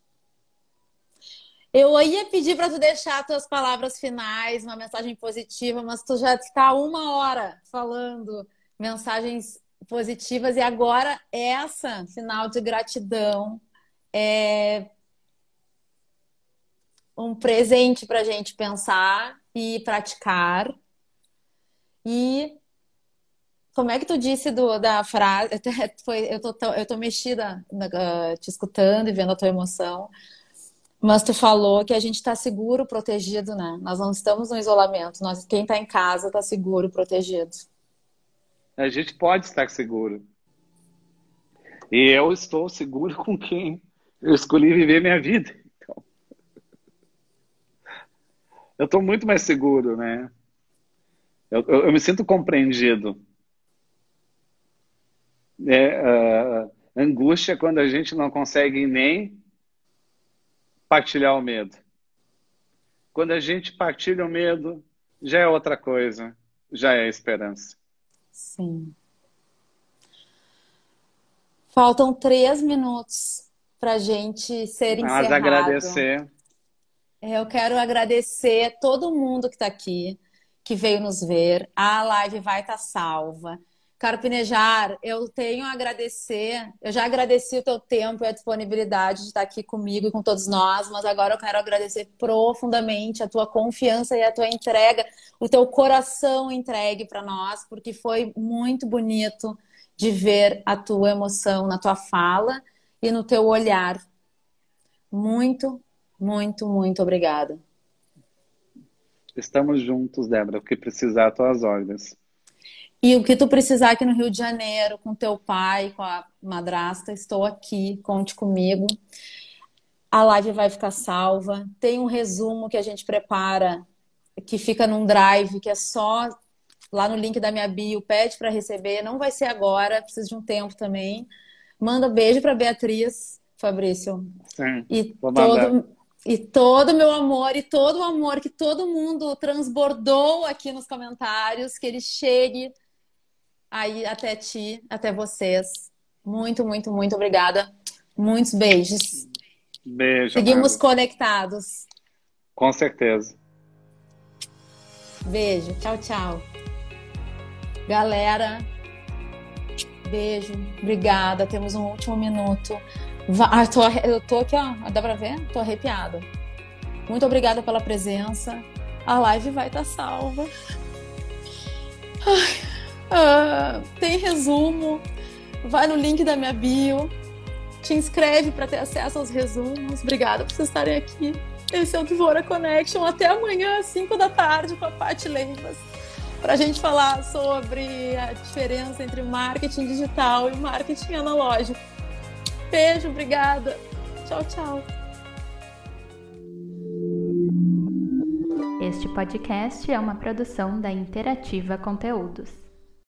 eu ia pedir para tu deixar tuas palavras finais, uma mensagem positiva, mas tu já está uma hora falando mensagens positivas. E agora, essa, sinal de gratidão, é um presente para a gente pensar e praticar. E como é que tu disse do, da frase? Foi, eu tô, tão- eu tô mexida uh, te escutando e vendo a tua emoção. Mas tu falou que a gente está seguro, protegido, né? Nós não estamos no isolamento. Nós, quem está em casa está seguro, protegido. A gente pode estar seguro. E eu estou seguro com quem eu escolhi viver minha vida. Então, eu estou muito mais seguro, né? Eu, eu, eu me sinto compreendido. É, uh, angústia é quando a gente não consegue nem partilhar o medo. Quando a gente partilha o medo, já é outra coisa, já é esperança. Sim. Faltam três minutos para a gente ser Mas encerrado. agradecer. Eu quero agradecer todo mundo que está aqui, que veio nos ver. A live vai estar salva. Carpinejar, eu tenho a agradecer. Eu já agradeci o teu tempo e a disponibilidade de estar aqui comigo e com todos nós, mas agora eu quero agradecer profundamente a tua confiança e a tua entrega, o teu coração entregue para nós, porque foi muito bonito de ver a tua emoção na tua fala e no teu olhar. Muito, muito, muito obrigada. Estamos juntos, Débora, o que precisar, tuas ordens. E o que tu precisar aqui no Rio de Janeiro, com teu pai, com a madrasta, estou aqui, conte comigo. A live vai ficar salva. Tem um resumo que a gente prepara, que fica num drive, que é só lá no link da minha bio, pede para receber. Não vai ser agora, precisa de um tempo também. Manda beijo para Beatriz, Fabrício. Sim, E vou mandar. todo, e todo o meu amor, e todo o amor que todo mundo transbordou aqui nos comentários, que ele chegue aí até ti, até vocês. Muito, muito, muito obrigada. Muitos beijos. Beijo, Seguimos amado. conectados. Com certeza. Beijo. Tchau, tchau. Galera, beijo. Obrigada. Temos um último minuto. Ah, tô, eu tô aqui, ó. Dá pra ver? Tô arrepiada. Muito obrigada pela presença. A live vai estar salva. Ai. Ah, tem resumo, vai no link da minha bio, te inscreve para ter acesso aos resumos. Obrigada por vocês estarem aqui. Esse é o Dvora Connection. Até amanhã às cinco da tarde com a Paty Leivas, para a gente falar sobre a diferença entre marketing digital e marketing analógico. Beijo, obrigada. Tchau, tchau. Este podcast é uma produção da Interativa Conteúdos.